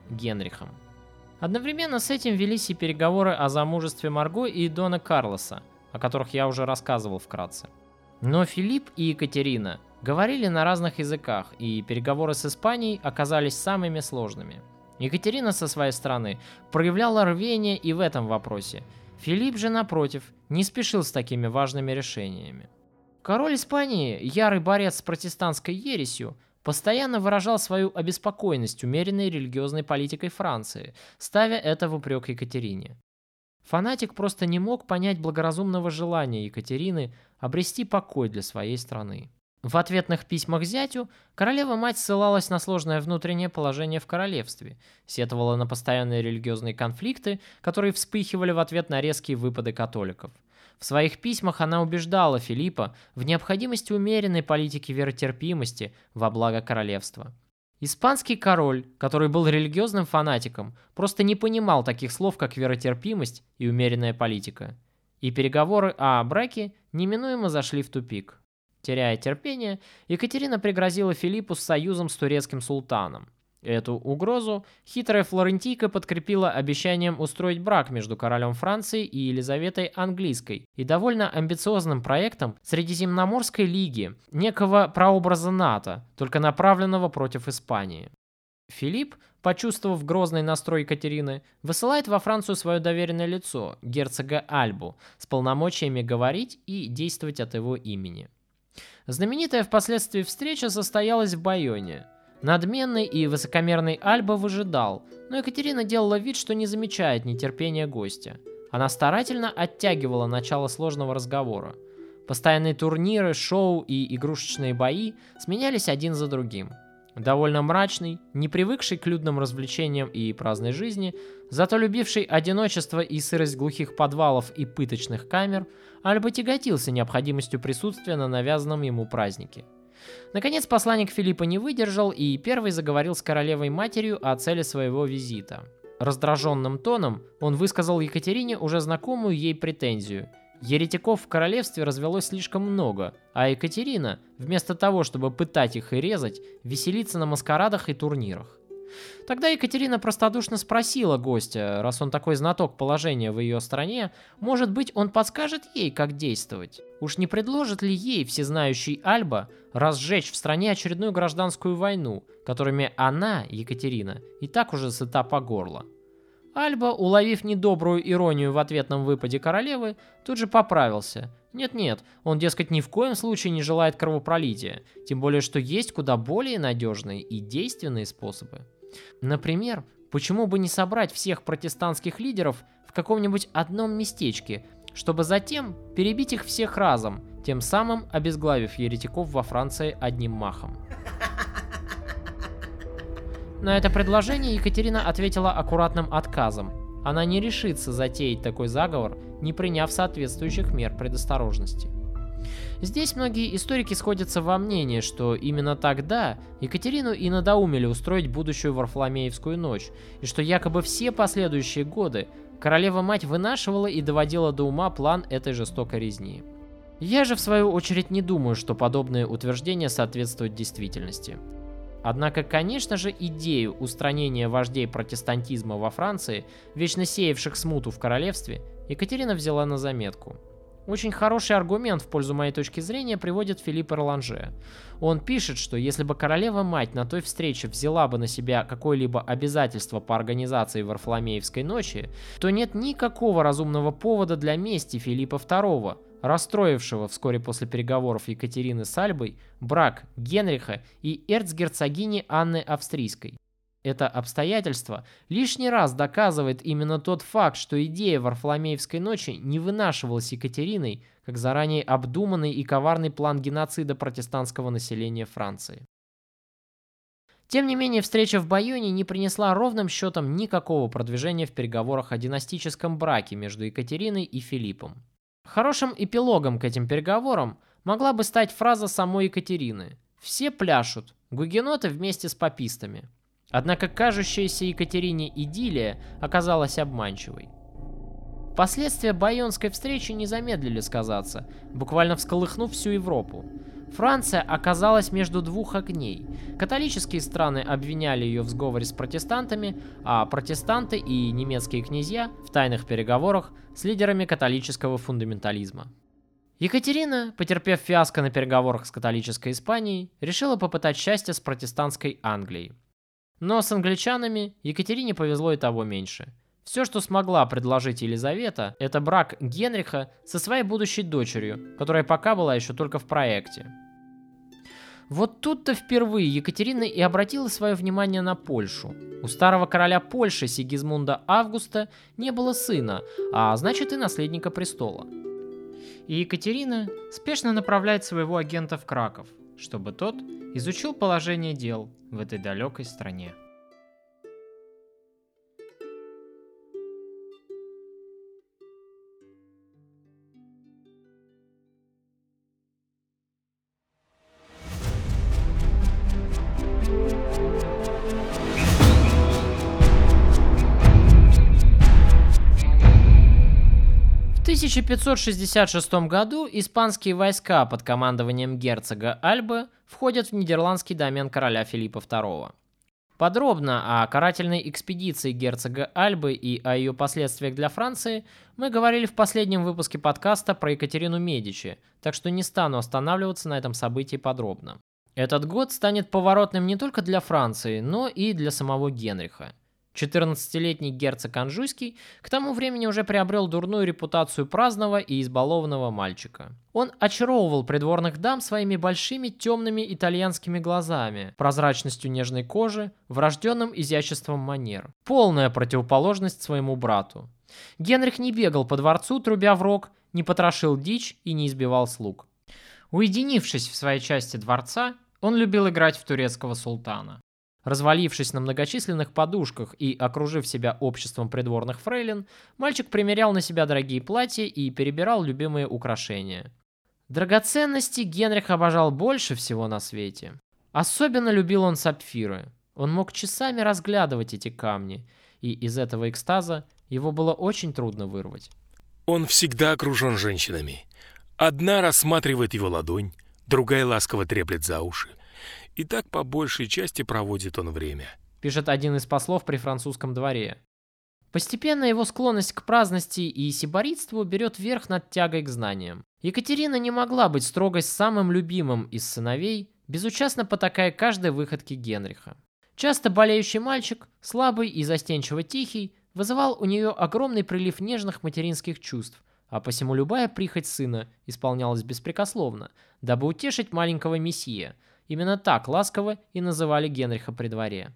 Генрихом. Одновременно с этим велись и переговоры о замужестве Марго и Дона Карлоса, о которых я уже рассказывал вкратце. Но Филипп и Екатерина говорили на разных языках, и переговоры с Испанией оказались самыми сложными. Екатерина со своей стороны проявляла рвение и в этом вопросе. Филипп же, напротив, не спешил с такими важными решениями. Король Испании, ярый борец с протестантской ересью, постоянно выражал свою обеспокоенность умеренной религиозной политикой Франции, ставя это в упрек Екатерине. Фанатик просто не мог понять благоразумного желания Екатерины обрести покой для своей страны. В ответных письмах зятю королева-мать ссылалась на сложное внутреннее положение в королевстве, сетовала на постоянные религиозные конфликты, которые вспыхивали в ответ на резкие выпады католиков. В своих письмах она убеждала Филиппа в необходимости умеренной политики веротерпимости во благо королевства. Испанский король, который был религиозным фанатиком, просто не понимал таких слов, как веротерпимость и умеренная политика. И переговоры о браке неминуемо зашли в тупик. Теряя терпение, Екатерина пригрозила Филиппу с союзом с турецким султаном. Эту угрозу хитрая флорентийка подкрепила обещанием устроить брак между королем Франции и Елизаветой Английской и довольно амбициозным проектом Средиземноморской лиги, некого прообраза НАТО, только направленного против Испании. Филипп, почувствовав грозный настрой Екатерины, высылает во Францию свое доверенное лицо, герцога Альбу, с полномочиями говорить и действовать от его имени. Знаменитая впоследствии встреча состоялась в Байоне. Надменный и высокомерный Альба выжидал, но Екатерина делала вид, что не замечает нетерпения гостя. Она старательно оттягивала начало сложного разговора. Постоянные турниры, шоу и игрушечные бои сменялись один за другим. Довольно мрачный, не привыкший к людным развлечениям и праздной жизни, зато любивший одиночество и сырость глухих подвалов и пыточных камер, Альба тяготился необходимостью присутствия на навязанном ему празднике. Наконец посланник Филиппа не выдержал и первый заговорил с королевой-матерью о цели своего визита. Раздраженным тоном он высказал Екатерине уже знакомую ей претензию. Еретиков в королевстве развелось слишком много, а Екатерина, вместо того, чтобы пытать их и резать, веселится на маскарадах и турнирах. Тогда Екатерина простодушно спросила гостя, раз он такой знаток положения в ее стране, может быть, он подскажет ей, как действовать? Уж не предложит ли ей всезнающий Альба разжечь в стране очередную гражданскую войну, которыми она, Екатерина, и так уже сыта по горло? Альба, уловив недобрую иронию в ответном выпаде королевы, тут же поправился. Нет-нет, он, дескать, ни в коем случае не желает кровопролития, тем более, что есть куда более надежные и действенные способы. Например, почему бы не собрать всех протестантских лидеров в каком-нибудь одном местечке, чтобы затем перебить их всех разом, тем самым обезглавив еретиков во Франции одним махом. На это предложение Екатерина ответила аккуратным отказом. Она не решится затеять такой заговор, не приняв соответствующих мер предосторожности. Здесь многие историки сходятся во мнении, что именно тогда Екатерину и надоумили устроить будущую Варфоломеевскую ночь, и что якобы все последующие годы королева-мать вынашивала и доводила до ума план этой жестокой резни. Я же, в свою очередь, не думаю, что подобные утверждения соответствуют действительности. Однако, конечно же, идею устранения вождей протестантизма во Франции, вечно сеявших смуту в королевстве, Екатерина взяла на заметку. Очень хороший аргумент в пользу моей точки зрения приводит Филипп Эрланже. Он пишет, что если бы королева-мать на той встрече взяла бы на себя какое-либо обязательство по организации Варфоломеевской ночи, то нет никакого разумного повода для мести Филиппа II, расстроившего вскоре после переговоров Екатерины с Альбой брак Генриха и эрцгерцогини Анны Австрийской. Это обстоятельство лишний раз доказывает именно тот факт, что идея Варфоломеевской ночи не вынашивалась Екатериной как заранее обдуманный и коварный план геноцида протестантского населения Франции. Тем не менее, встреча в Байоне не принесла ровным счетом никакого продвижения в переговорах о династическом браке между Екатериной и Филиппом. Хорошим эпилогом к этим переговорам могла бы стать фраза самой Екатерины: «Все пляшут, гугеноты вместе с папистами». Однако кажущаяся Екатерине идиллия оказалась обманчивой. Последствия байонской встречи не замедлили сказаться, буквально всколыхнув всю Европу. Франция оказалась между двух огней. Католические страны обвиняли ее в сговоре с протестантами, а протестанты и немецкие князья в тайных переговорах с лидерами католического фундаментализма. Екатерина, потерпев фиаско на переговорах с католической Испанией, решила попытать счастье с протестантской Англией. Но с англичанами Екатерине повезло и того меньше. Все, что смогла предложить Елизавета, это брак Генриха со своей будущей дочерью, которая пока была еще только в проекте. Вот тут-то впервые Екатерина и обратила свое внимание на Польшу. У старого короля Польши Сигизмунда Августа не было сына, а значит и наследника престола. И Екатерина спешно направляет своего агента в Краков, чтобы тот изучил положение дел в этой далекой стране. В 1566 году испанские войска под командованием герцога Альбы входят в нидерландский домен короля Филиппа II. Подробно о карательной экспедиции герцога Альбы и о ее последствиях для Франции мы говорили в последнем выпуске подкаста про Екатерину Медичи, так что не стану останавливаться на этом событии подробно. Этот год станет поворотным не только для Франции, но и для самого Генриха. 14-летний герцог Анжуйский к тому времени уже приобрел дурную репутацию праздного и избалованного мальчика. Он очаровывал придворных дам своими большими темными итальянскими глазами, прозрачностью нежной кожи, врожденным изяществом манер. Полная противоположность своему брату. Генрих не бегал по дворцу, трубя в рог, не потрошил дичь и не избивал слуг. Уединившись в своей части дворца, он любил играть в турецкого султана. Развалившись на многочисленных подушках и окружив себя обществом придворных фрейлин, мальчик примерял на себя дорогие платья и перебирал любимые украшения. Драгоценности Генрих обожал больше всего на свете. Особенно любил он сапфиры. Он мог часами разглядывать эти камни, и из этого экстаза его было очень трудно вырвать. Он всегда окружен женщинами. Одна рассматривает его ладонь, другая ласково треплет за уши. И так по большей части проводит он время, пишет один из послов при французском дворе. Постепенно его склонность к праздности и сиборитству берет верх над тягой к знаниям. Екатерина не могла быть строгой с самым любимым из сыновей, безучастно потакая каждой выходке Генриха. Часто болеющий мальчик, слабый и застенчиво тихий, вызывал у нее огромный прилив нежных материнских чувств, а посему любая прихоть сына исполнялась беспрекословно, дабы утешить маленького мессия. Именно так ласково и называли Генриха при дворе.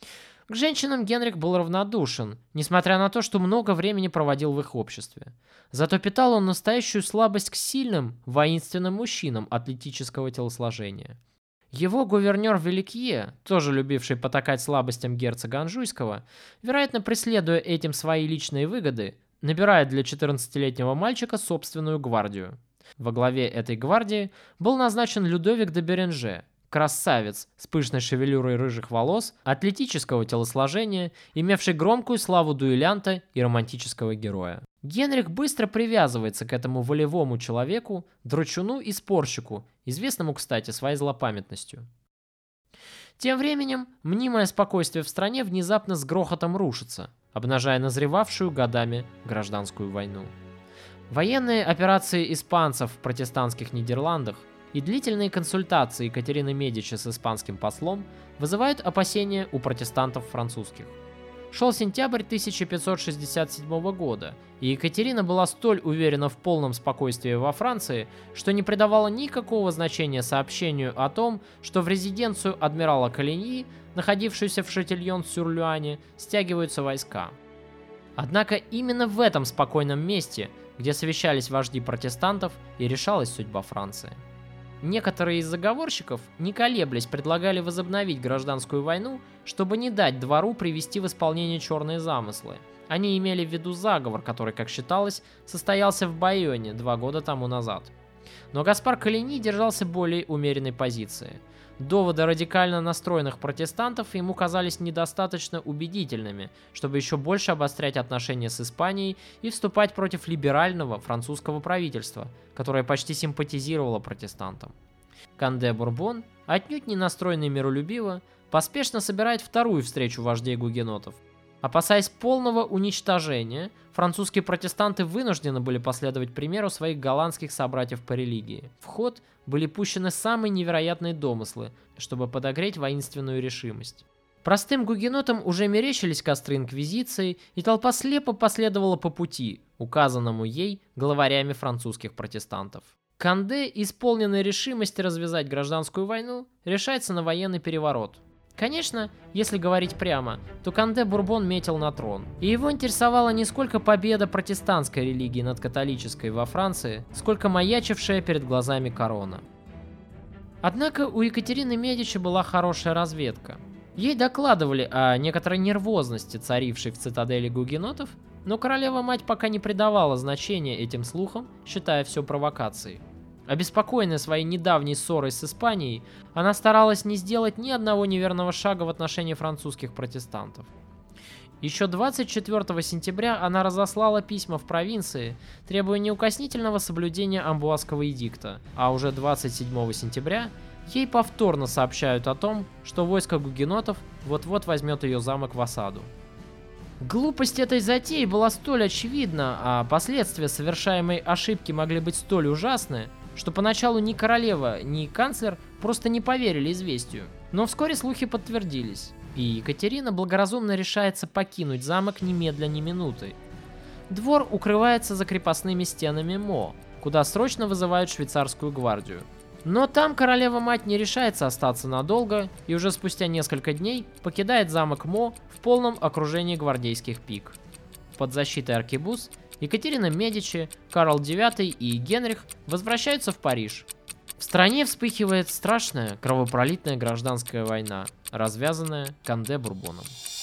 К женщинам Генрих был равнодушен, несмотря на то, что много времени проводил в их обществе. Зато питал он настоящую слабость к сильным, воинственным мужчинам атлетического телосложения. Его гувернер Великье, тоже любивший потакать слабостям герцога Анжуйского, вероятно, преследуя этим свои личные выгоды, набирает для 14-летнего мальчика собственную гвардию. Во главе этой гвардии был назначен Людовик де Беренже, красавец с пышной шевелюрой рыжих волос, атлетического телосложения, имевший громкую славу дуэлянта и романтического героя. Генрих быстро привязывается к этому волевому человеку, драчуну и спорщику, известному, кстати, своей злопамятностью. Тем временем, мнимое спокойствие в стране внезапно с грохотом рушится, обнажая назревавшую годами гражданскую войну. Военные операции испанцев в протестантских Нидерландах и длительные консультации Екатерины Медичи с испанским послом вызывают опасения у протестантов французских. Шел сентябрь 1567 года, и Екатерина была столь уверена в полном спокойствии во Франции, что не придавала никакого значения сообщению о том, что в резиденцию адмирала Коligny, находившуюся в Шатильон-сюр-Люане, стягиваются войска. Однако именно в этом спокойном месте, где совещались вожди протестантов, и решалась судьба Франции. Некоторые из заговорщиков, не колеблясь, предлагали возобновить гражданскую войну, чтобы не дать двору привести в исполнение черные замыслы. Они имели в виду заговор, который, как считалось, состоялся в Байоне 2 года тому назад. Но Гаспар Коligny держался более умеренной позиции. Доводы радикально настроенных протестантов ему казались недостаточно убедительными, чтобы еще больше обострять отношения с Испанией и вступать против либерального французского правительства, которое почти симпатизировало протестантам. Канде Бурбон, отнюдь не настроенный миролюбиво, поспешно собирает вторую встречу вождей гугенотов. Опасаясь полного уничтожения, французские протестанты вынуждены были последовать примеру своих голландских собратьев по религии. В ход были пущены самые невероятные домыслы, чтобы подогреть воинственную решимость. Простым гугенотам уже мерещились костры инквизиции, и толпа слепо последовала по пути, указанному ей главарями французских протестантов. Канде, исполненный решимости развязать гражданскую войну, решается на военный переворот. Конечно, если говорить прямо, то Канде Бурбон метил на трон, и его интересовала не сколько победа протестантской религии над католической во Франции, сколько маячившая перед глазами корона. Однако у Екатерины Медичи была хорошая разведка. Ей докладывали о некоторой нервозности, царившей в цитадели гугенотов, но королева-мать пока не придавала значения этим слухам, считая все провокацией. Обеспокоенная своей недавней ссорой с Испанией, она старалась не сделать ни одного неверного шага в отношении французских протестантов. Еще 24 сентября она разослала письма в провинции, требуя неукоснительного соблюдения Амбуазского эдикта, а уже 27 сентября ей повторно сообщают о том, что войско гугенотов вот-вот возьмет ее замок в осаду. Глупость этой затеи была столь очевидна, а последствия совершаемой ошибки могли быть столь ужасны, что поначалу ни королева, ни канцлер просто не поверили известию. Но вскоре слухи подтвердились, и Екатерина благоразумно решается покинуть замок немедля ни минуты. Двор укрывается за крепостными стенами Мо, куда срочно вызывают швейцарскую гвардию. Но там королева-мать не решается остаться надолго и уже спустя несколько дней покидает замок Мо в полном окружении гвардейских пик. Под защитой аркебуз Екатерина Медичи, Карл IX и Генрих возвращаются в Париж. В стране вспыхивает страшная кровопролитная гражданская война, развязанная Канде Бурбоном.